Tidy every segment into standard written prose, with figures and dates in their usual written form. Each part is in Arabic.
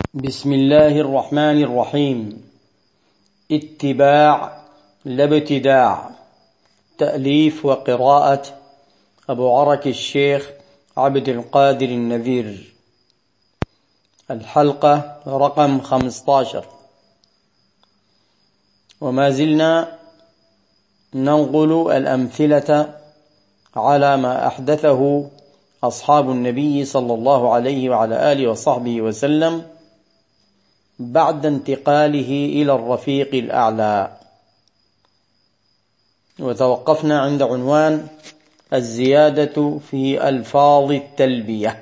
بسم الله الرحمن الرحيم. اتباع لا ابتداع. تأليف وقراءة أبو عرك الشيخ عبد القادر النذير. الحلقة رقم 15. وما زلنا ننقل الأمثلة على ما أحدثه أصحاب النبي صلى الله عليه وعلى آله وصحبه وسلم بعد انتقاله إلى الرفيق الأعلى، وتوقفنا عند عنوان الزيادة في ألفاظ التلبية.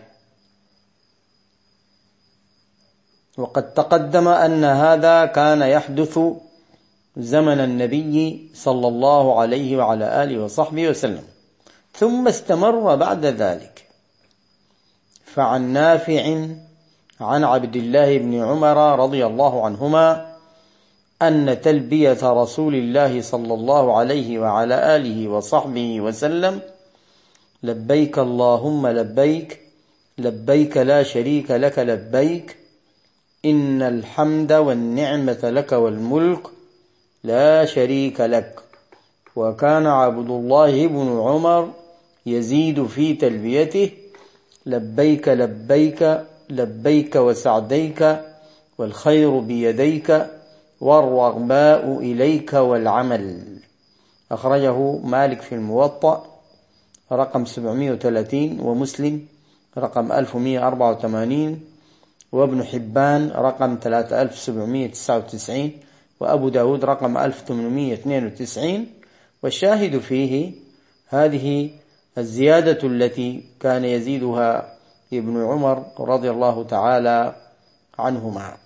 وقد تقدم أن هذا كان يحدث زمن النبي صلى الله عليه وعلى آله وصحبه وسلم، ثم استمر بعد ذلك. فعن نافع عن عبد الله بن عمر رضي الله عنهما أن تلبية رسول الله صلى الله عليه وعلى آله وصحبه وسلم: لبيك اللهم لبيك، لبيك لا شريك لك لبيك، إن الحمد والنعمة لك والملك لا شريك لك. وكان عبد الله بن عمر يزيد في تلبيته: لبيك لبيك لبيك وسعديك، والخير بيديك، والرغباء إليك والعمل. أخرجه مالك في الموطأ رقم 730، ومسلم رقم 1184، وابن حبان رقم 3799، وأبو داود رقم 1892. والشاهد فيه هذه الزيادة التي كان يزيدها ابن عمر رضي الله تعالى عنهما.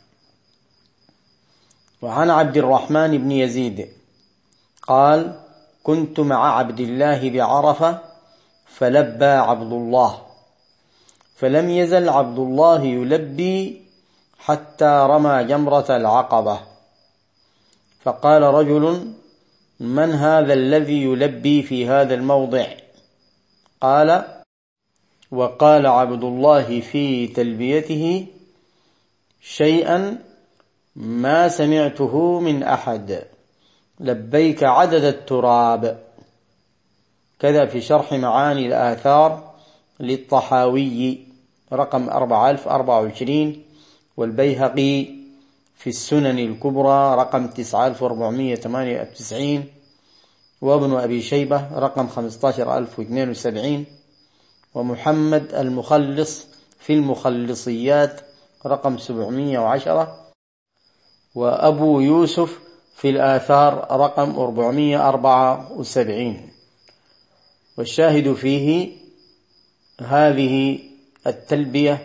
وعن عبد الرحمن بن يزيد قال: كنت مع عبد الله بعرفة فلبى عبد الله، فلم يزل عبد الله يلبي حتى رمى جمرة العقبة، فقال رجل: من هذا الذي يلبي في هذا الموضع؟ وقال عبد الله في تلبيته: شيئا ما سمعته من أحد، لبيك عدد التراب. كذا في شرح معاني الآثار للطحاوي رقم 4024، والبيهقي في السنن الكبرى رقم 9498، وابن أبي شيبة رقم 15072، ومحمد المخلص في المخلصيات رقم 710، وأبو يوسف في الآثار رقم 474. والشاهد فيه هذه التلبية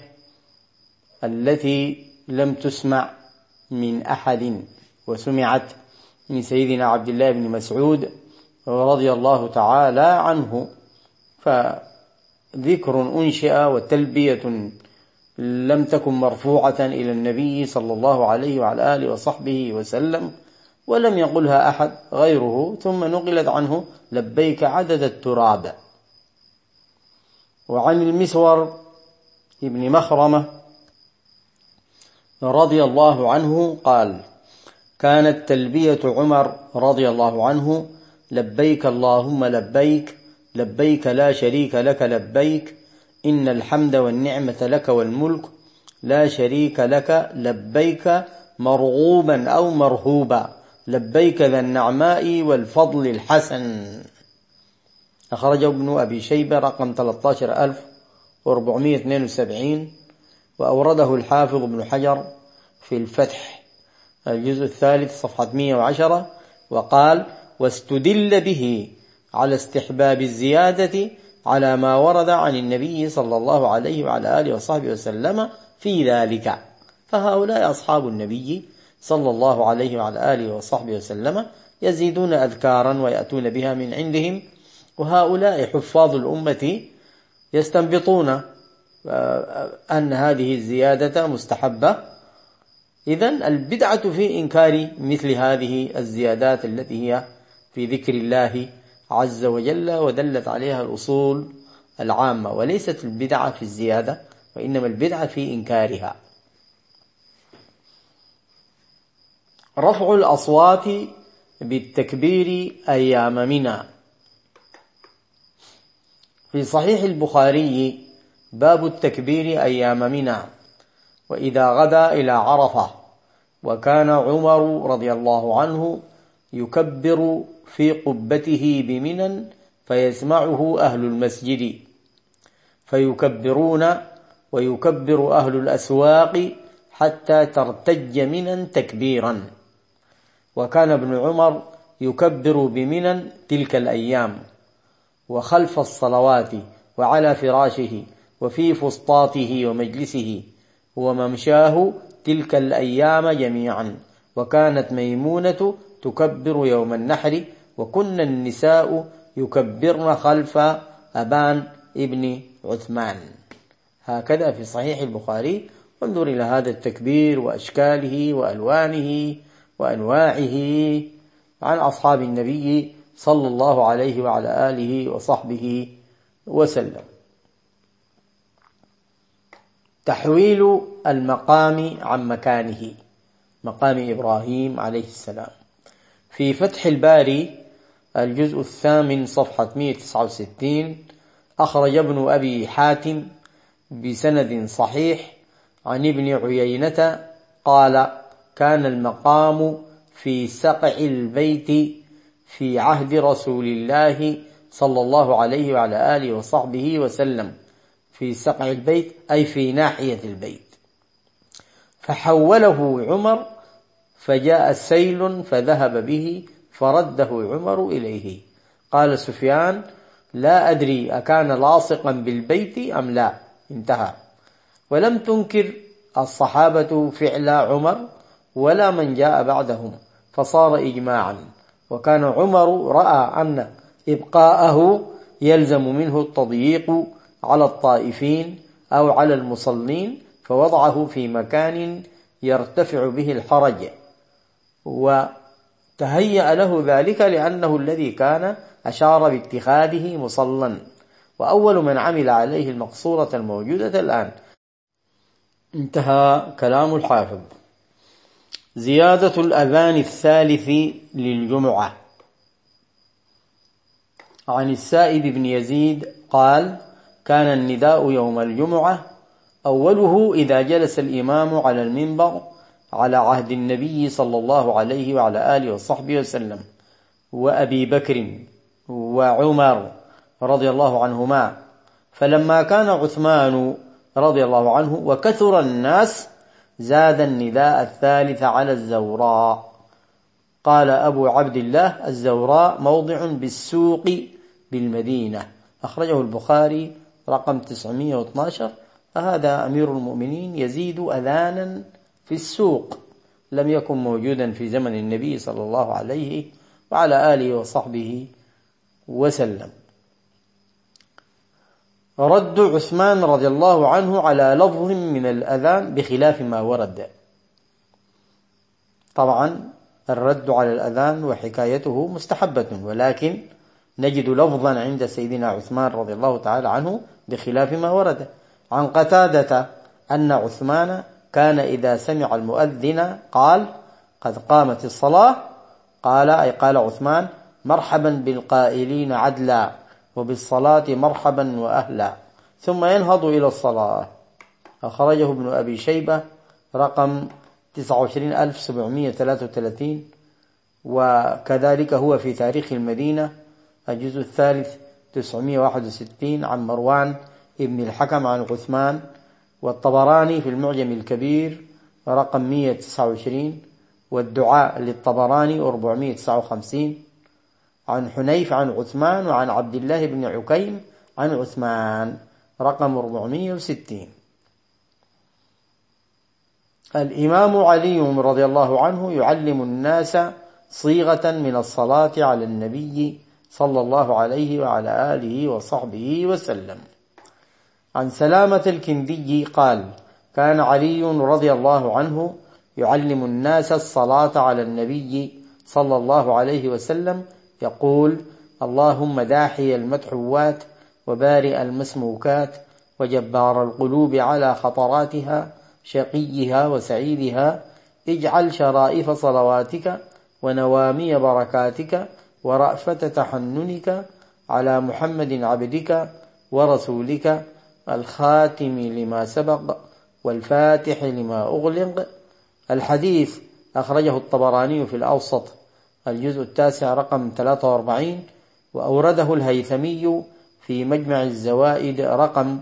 التي لم تسمع من أحد، وسمعت من سيدنا عبد الله بن مسعود رضي الله تعالى عنه. فذكر أنشئ وتلبية لم تكن مرفوعة إلى النبي صلى الله عليه وعلى آله وصحبه وسلم، ولم يقلها أحد غيره، ثم نقلت عنه: لبيك عدد التراب. وعن المسور ابن مخرمة رضي الله عنه قال: كانت تلبية عمر رضي الله عنه: لبيك اللهم لبيك، لبيك لا شريك لك لبيك، إن الحمد والنعمة لك والملك لا شريك لك لبيك، مرغوبا أو مرهوبا، لبيك ذا النعماء والفضل الحسن. أخرجه ابن أبي شيبة رقم 13472، وأورده الحافظ ابن حجر في الفتح الجزء الثالث صفحة 110، وقال: واستدل به على استحباب الزيادة على ما ورد عن النبي صلى الله عليه وعلى آله وصحبه وسلم في ذلك. فهؤلاء أصحاب النبي صلى الله عليه وعلى آله وصحبه وسلم يزيدون أذكارا ويأتون بها من عندهم، وهؤلاء حفاظ الأمة يستنبطون أن هذه الزيادة مستحبة. إذن البدعة في إنكار مثل هذه الزيادات التي هي في ذكر الله عز وجل ودلت عليها الأصول العامة، وليست البدعة في الزيادة، وإنما البدعة في إنكارها. رفع الأصوات بالتكبير أيام منى. في صحيح البخاري باب التكبير أيام منى وإذا غدا إلى عرفة، وكان عمر رضي الله عنه يكبر في قبته بمنى فيسمعه أهل المسجد فيكبرون، ويكبر أهل الأسواق حتى ترتج منى تكبيرا. وكان ابن عمر يكبر بمنى تلك الأيام وخلف الصلوات وعلى فراشه وفي فسطاته ومجلسه وممشاه تلك الأيام جميعا. وكانت ميمونة تكبر يوم النحر، وكن النساء يكبرن خلف أبان ابن عثمان. هكذا في صحيح البخاري. وانظر إلى هذا التكبير وأشكاله وألوانه وأنواعه عن أصحاب النبي صلى الله عليه وعلى آله وصحبه وسلم. تحويل المقام عن مكانه، مقام إبراهيم عليه السلام. في فتح الباري الجزء 8 صفحة 169 أخرج ابن أبي حاتم بسند صحيح عن ابن عيينة قال: كان المقام في سقع البيت في عهد رسول الله صلى الله عليه وعلى آله وصحبه وسلم. في سقع البيت أي في ناحية البيت، فحوله عمر فجاء سيل فذهب به فرده عمر إليه. قال سفيان: لا أدري أكان لاصقا بالبيت أم لا. انتهى. ولم تنكر الصحابة فعل عمر ولا من جاء بعدهم، فصار إجماعا. وكان عمر رأى أن إبقاءه يلزم منه التضييق على الطائفين أو على المصلين، فوضعه في مكان يرتفع به الحرج، وتهيأ له ذلك لأنه الذي كان أشار باتخاذه مصلا، وأول من عمل عليه المقصورة الموجودة الآن. انتهى كلام الحافظ. زيادة الأذان الثالث للجمعة. عن السائب بن يزيد قال: كان النداء يوم الجمعة أوله إذا جلس الإمام على المنبر على عهد النبي صلى الله عليه وعلى آله وصحبه وسلم وأبي بكر وعمر رضي الله عنهما. فلما كان عثمان رضي الله عنه وكثر الناس زاد النداء الثالث على الزوراء. قال أبو عبد الله: الزوراء موضع بالسوق بالمدينة. أخرجه البخاري رقم 912. فهذا أمير المؤمنين يزيد أذانا في السوق، لم يكن موجودا في زمن النبي صلى الله عليه وعلى آله وصحبه وسلم. رد عثمان رضي الله عنه على لفظ من الأذان بخلاف ما ورد. طبعا الرد على الأذان وحكايته مستحبة، ولكن نجد لفظا عند سيدنا عثمان رضي الله تعالى عنه بخلاف ما ورد. عن قتادة أن عثمان كان إذا سمع المؤذن قال: قد قامت الصلاة. قال عثمان: مرحبا بالقائلين عدلا، وبالصلاة مرحبا وأهلا، ثم ينهض إلى الصلاة. أخرجه ابن أبي شيبة رقم 29733، وكذلك هو في تاريخ المدينة الجزء 3 961 عن مروان ابن الحكم عن عثمان، والطبراني في المعجم الكبير رقم 129، والدعاء للطبراني 459 عن حنيف عن عثمان، وعن عبد الله بن عكيم عن عثمان رقم 460. الإمام علي رضي الله عنه يعلم الناس صيغة من الصلاة على النبي صلى الله عليه وعلى آله وصحبه وسلم. عن سلامة الكندي قال: كان علي رضي الله عنه يعلم الناس الصلاة على النبي صلى الله عليه وسلم يقول: اللهم داحي المدحوات وبارئ المسموكات وجبار القلوب على خطراتها شقيها وسعيدها اجعل شرائف صلواتك ونوامي بركاتك ورأفة تحننك على محمد عبدك ورسولك الخاتم لما سبق والفاتح لما أغلق. الحديث أخرجه الطبراني في الأوسط الجزء 9 رقم 43، وأورده الهيثمي في مجمع الزوائد رقم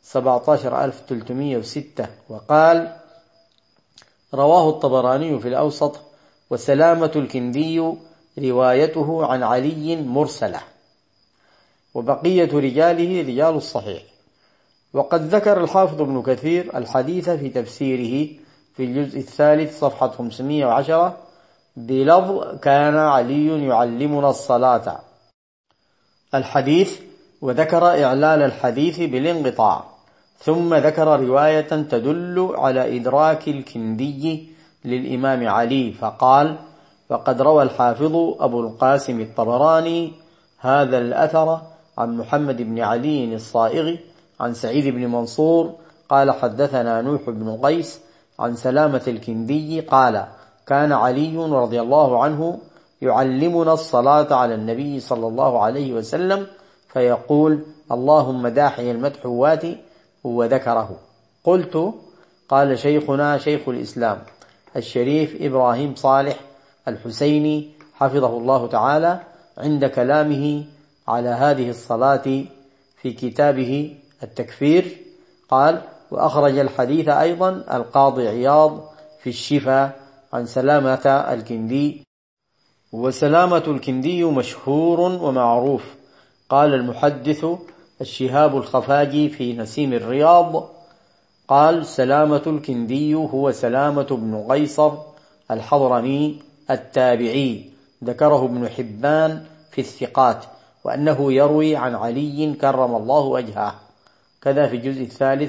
17306، وقال: رواه الطبراني في الأوسط. وسلامة الكندي روايته عن علي مرسلة، وبقية رجاله رجال الصحيح. وقد ذكر الحافظ ابن كثير الحديث في تفسيره في الجزء 3 صفحة 510 بلفظ: كان علي يعلمنا الصلاة الحديث، وذكر إعلال الحديث بالانقطاع، ثم ذكر رواية تدل على إدراك الكندي للإمام علي، فقال: وقد روى الحافظ أبو القاسم الطبراني هذا الأثر عن محمد بن علي الصائغ عن سعيد بن منصور قال: حدثنا نوح بن قيس عن سلامة الكندي قال: كان علي رضي الله عنه يعلمنا الصلاة على النبي صلى الله عليه وسلم فيقول: اللهم داحي المدحوات، وذكره. قلت: قال شيخنا شيخ الإسلام الشريف إبراهيم صالح الحسيني حفظه الله تعالى عند كلامه على هذه الصلاة في كتابه التكفير، قال: وأخرج الحديث أيضا القاضي عياض في الشفاء عن سلامة الكندي. وسلامة الكندي مشهور ومعروف. قال المحدث الشهاب الخفاجي في نسيم الرياض قال: سلامة الكندي هو سلامة بن قيصر الحضرمي التابعي، ذكره ابن حبان في الثقات، وأنه يروي عن علي كرم الله وجهه، كذا في الجزء 3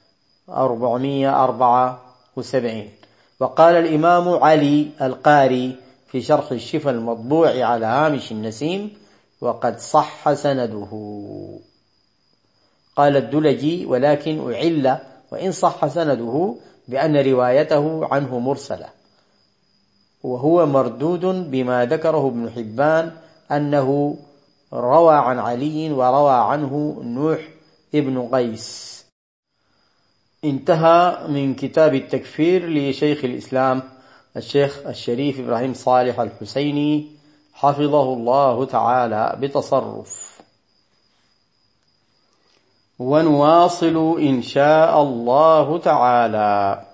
474. وقال الإمام علي القاري في شرح الشفا المطبوع على هامش النسيم: وقد صح سنده. قال الدلجي: ولكن أعل وإن صح سنده بأن روايته عنه مرسلة، وهو مردود بما ذكره ابن حبان أنه روى عن علي وروى عنه نوح ابن قيس. انتهى من كتاب التكفير لشيخ الإسلام الشيخ الشريف إبراهيم صالح الحسيني حفظه الله تعالى بتصرف. ونواصل إن شاء الله تعالى.